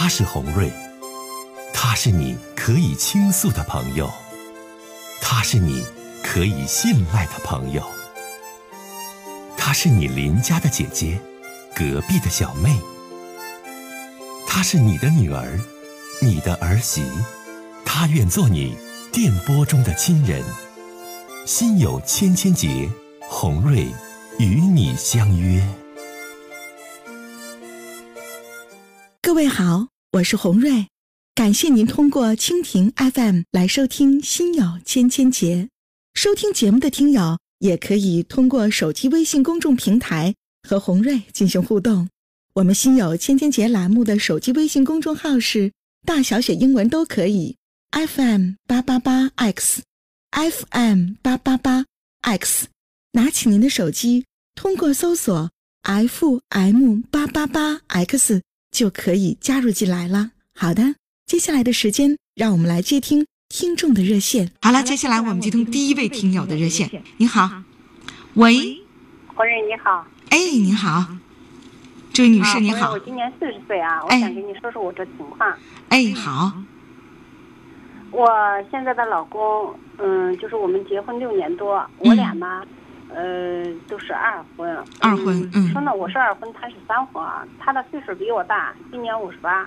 他是洪瑞，他是你可以倾诉的朋友，他是你可以信赖的朋友，她是你邻家的姐姐，隔壁的小妹，她是你的女儿，你的儿媳，她愿做你电波中的亲人。心有千千结，洪瑞与你相约。 各位好，我是洪瑞，感谢您通过蜻蜓 FM 来收听心有千千结。收听节目的听友也可以通过手机微信公众平台和洪瑞进行互动。我们心有千千结栏目的手机微信公众号是大小写英文都可以 FM888X FM888X， 拿起您的手机，通过搜索 FM888X 就可以加入进来了。好的，接下来的时间让我们来接听听众的热线。 好了，接下来我们接通第一位听友的热线。你好，喂， 洪瑞你好。 哎，你好，这位女士你好。 我今年40岁啊，我想跟你说说我这情况。 哎，好。 我现在的老公，就是我们结婚6年多，我俩呢，都是二婚。 二婚， 说呢，我是二婚，他是3婚啊。他的岁数比我大，今年58。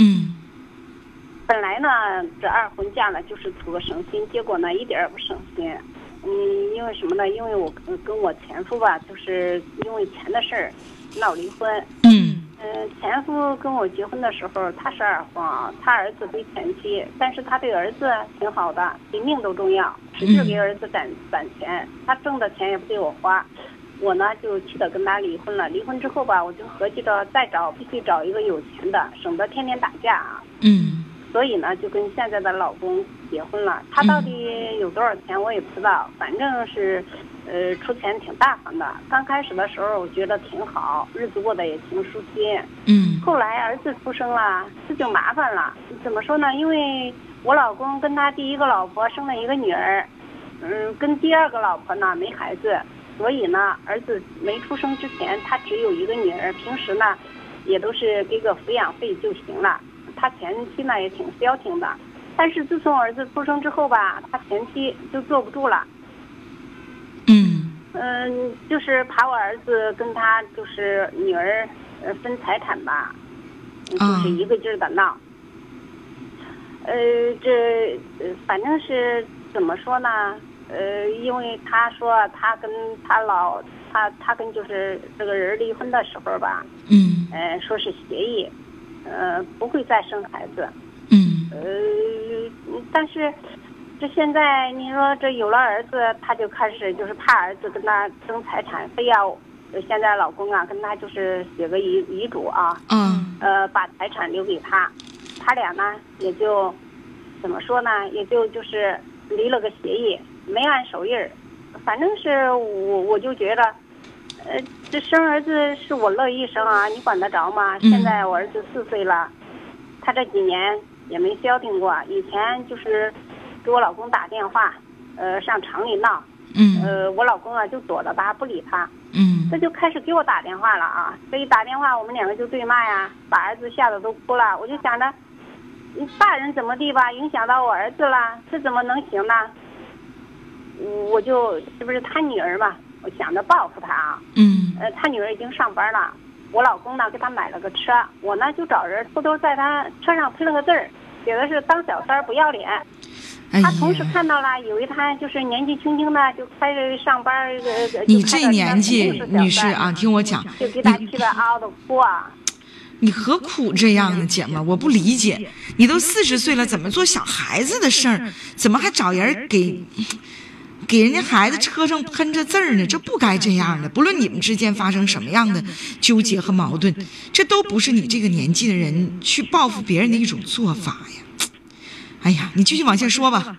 本来呢，这二婚嫁了就是图个省心，结果呢一点也不省心。因为什么呢？因为我跟我前夫吧，就是因为钱的事儿闹离婚。前夫跟我结婚的时候，他是二婚啊，他儿子为前妻，但是他对儿子挺好的，比命都重要，使劲给儿子攒钱，他挣的钱也不给我花。我呢就气得跟他离婚了。离婚之后吧，我就合计着再必须找一个有钱的，省得天天打架啊。所以呢，就跟现在的老公结婚了。他到底有多少钱我也不知道，反正是，出钱挺大方的。刚开始的时候我觉得挺好，日子过得也挺舒心。后来儿子出生了，这就麻烦了。怎么说呢？因为我老公跟他第一个老婆生了一个女儿，跟第二个老婆呢没孩子，所以呢，儿子没出生之前他只有一个女儿，平时呢也都是给个抚养费就行了。他前妻呢也挺消停的，但是自从儿子出生之后吧，他前妻就坐不住了。就是怕我儿子跟他就是女儿分财产吧，就是一个劲儿的闹。反正是怎么说呢？因为他说他跟他跟就是这个人离婚的时候吧，说是协议。不会再生孩子。但是这现在你说这有了儿子，他就开始就是怕儿子跟他争财产，非要现在老公啊跟他就是写个遗嘱啊，把财产留给他。他俩呢也就怎么说呢，也就是离了个协议，没按手印儿。反正是我就觉得。这生儿子是我乐意生啊，你管得着吗？现在我儿子4岁了，他这几年也没消停过。以前就是给我老公打电话，上厂里闹，我老公啊就躲着他不理他，这就开始给我打电话了啊。这一打电话，我们2个就对骂呀，把儿子吓得都哭了。我就想着，大人怎么地吧，影响到我儿子了，这怎么能行呢？我就是不是他女儿嘛？我想着报复他啊，他女儿已经上班了，我老公呢给他买了个车，我呢就找人偷偷在他车上喷了个字儿，写的是当小三不要脸。他同事看到了，以为他就是年纪轻轻的就开始上班。 你这年纪，女士啊，听我讲， 就给他气得嗷的哭啊。 你何苦这样呢，姐们儿？我不理解，你都40岁了，怎么做小孩子的事儿？怎么还找人给人家孩子车上喷着字儿呢？这不该这样的。不论你们之间发生什么样的纠结和矛盾，这都不是你这个年纪的人去报复别人的一种做法呀。哎呀，你继续往下说吧。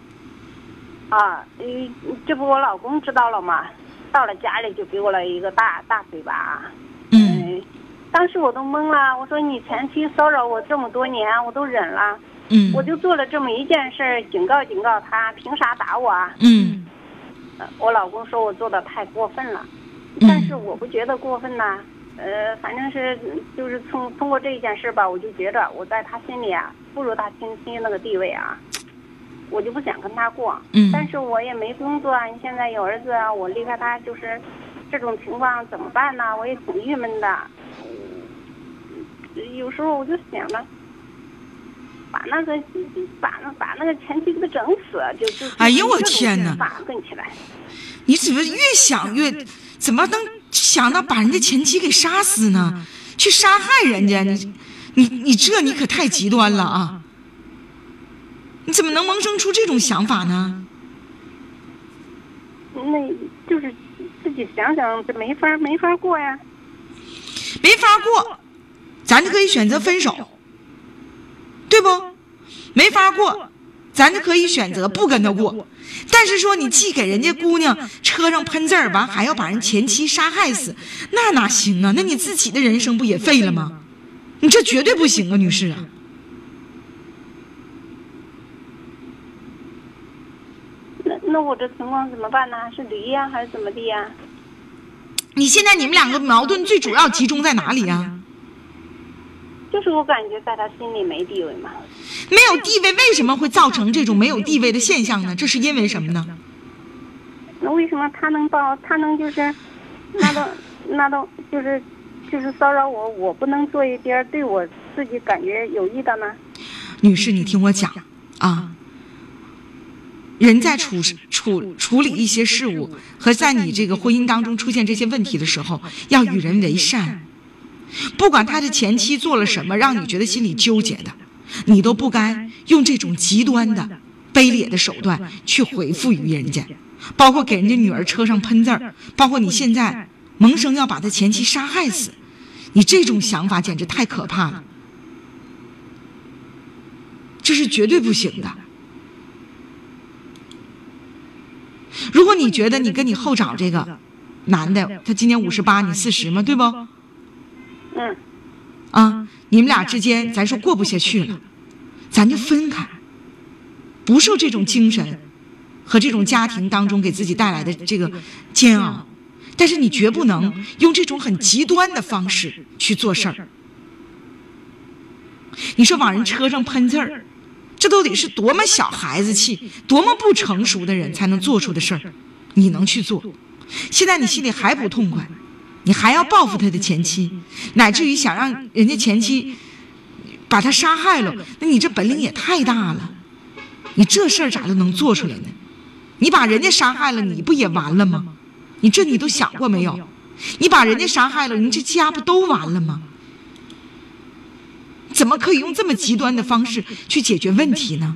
这不我老公知道了吗？到了家里就给我了一个大嘴巴。当时我都懵了，我说你前妻骚扰我这么多年，我都忍了。我就做了这么一件事，警告他，凭啥打我啊？我老公说我做的太过分了，但是我不觉得过分呐。 反正是就是通过这一件事吧，我就觉着我在他心里啊不如他亲戚那个地位啊，我就不想跟他过。但是我也没工作啊，你现在有儿子啊，我离开他就是这种情况怎么办呢？我也挺郁闷的。有时候我就想着把那个前妻给他整死，就哎呦我天哪！ 更起来， 你怎么越想越怎么能想到把人家前妻给杀死呢？去杀害人家，你可太极端了啊！你怎么能萌生出这种想法呢？ 那就是自己想想，这没法过呀。 没法过，咱就可以选择分手，对不？没法过，咱就可以选择不跟他过。但是说你既给人家姑娘车上喷字儿，完还要把人前妻杀害死，那哪行啊？那你自己的人生不也废了吗？你这绝对不行啊，女士啊！ 那我这情况怎么办呢？是离呀，还是怎么地呀？ 你现在你们两个矛盾最主要集中在哪里呀？ 就是我感觉在他心里没地位嘛。 没有地位，为什么会造成这种没有地位的现象呢？这是因为什么呢？ 那为什么他能就是那都就是骚扰我，我不能做一点对我自己感觉有益的呢？ 女士，你听我讲啊，人在处理一些事物和在你这个婚姻当中出现这些问题的时候，要与人为善。不管他的前妻做了什么让你觉得心里纠结的，你都不该用这种极端的卑劣的手段去回复于人家，包括给人家女儿车上喷字儿，包括你现在萌生要把他前妻杀害死，你这种想法简直太可怕了，这是绝对不行的。如果你觉得你跟你后找这个男的，他今年58，你40嘛，对不？你们俩之间咱说过不下去了，咱就分开，不受这种精神和这种家庭当中给自己带来的这个煎熬，但是你绝不能用这种很极端的方式去做事儿。你说往人车上喷字儿，这都得是多么小孩子气，多么不成熟的人才能做出的事儿，你能去做？现在你心里还不痛快，你还要报复他的前妻，乃至于想让人家前妻把他杀害了，那你这本领也太大了，你这事儿咋都能做出来呢？你把人家杀害了，你不也完了吗？你都想过没有？你把人家杀害了，你这家不都完了吗？怎么可以用这么极端的方式去解决问题呢？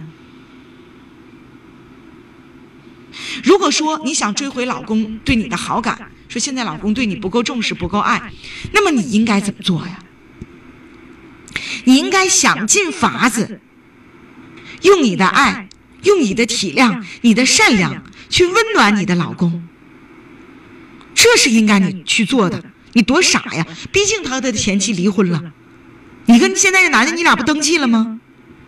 如果说你想追回老公对你的好感，说现在老公对你不够重视不够爱，那么你应该怎么做呀？你应该想尽法子，用你的爱，用你的体谅，你的善良去温暖你的老公，这是应该你去做的。你多傻呀，毕竟他和他的前妻离婚了，你跟现在这男的你俩不登记了吗？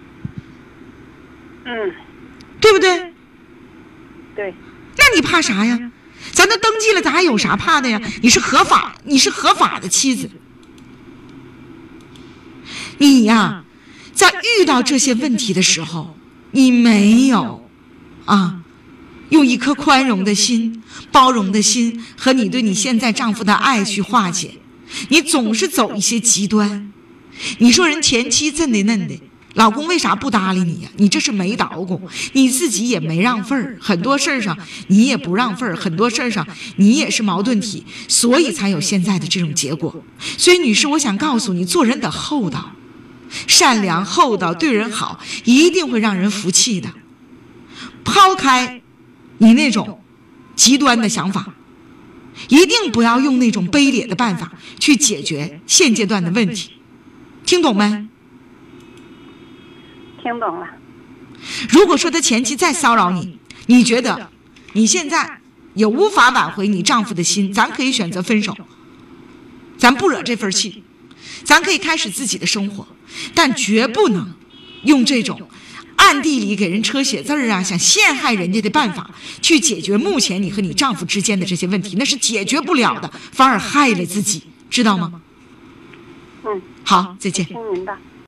对不对？ 对。 那你怕啥呀？咱都登记了，咱还有啥怕的呀？你是合法的妻子。你呀，在遇到这些问题的时候，你没有用一颗宽容的心、包容的心和你对你现在丈夫的爱去化解，你总是走一些极端。你说人前妻这的嫩的，老公为啥不搭理你呀？你这是没捣鼓，你自己也没让份儿，很多事儿上你也不让份儿，很多事儿上你也是矛盾体，所以才有现在的这种结果。所以女士，我想告诉你，做人得厚道，善良厚道，对人好，一定会让人服气的。抛开你那种极端的想法，一定不要用那种卑劣的办法去解决现阶段的问题，听懂没？ 听懂了。 如果说他前妻再骚扰你，你觉得你现在也无法挽回你丈夫的心，咱可以选择分手，咱不惹这份气，咱可以开始自己的生活，但绝不能用这种暗地里给人车写字啊，想陷害人家的办法去解决目前你和你丈夫之间的这些问题，那是解决不了的，反而害了自己， 知道吗？ 嗯， 好，再见。 听您的。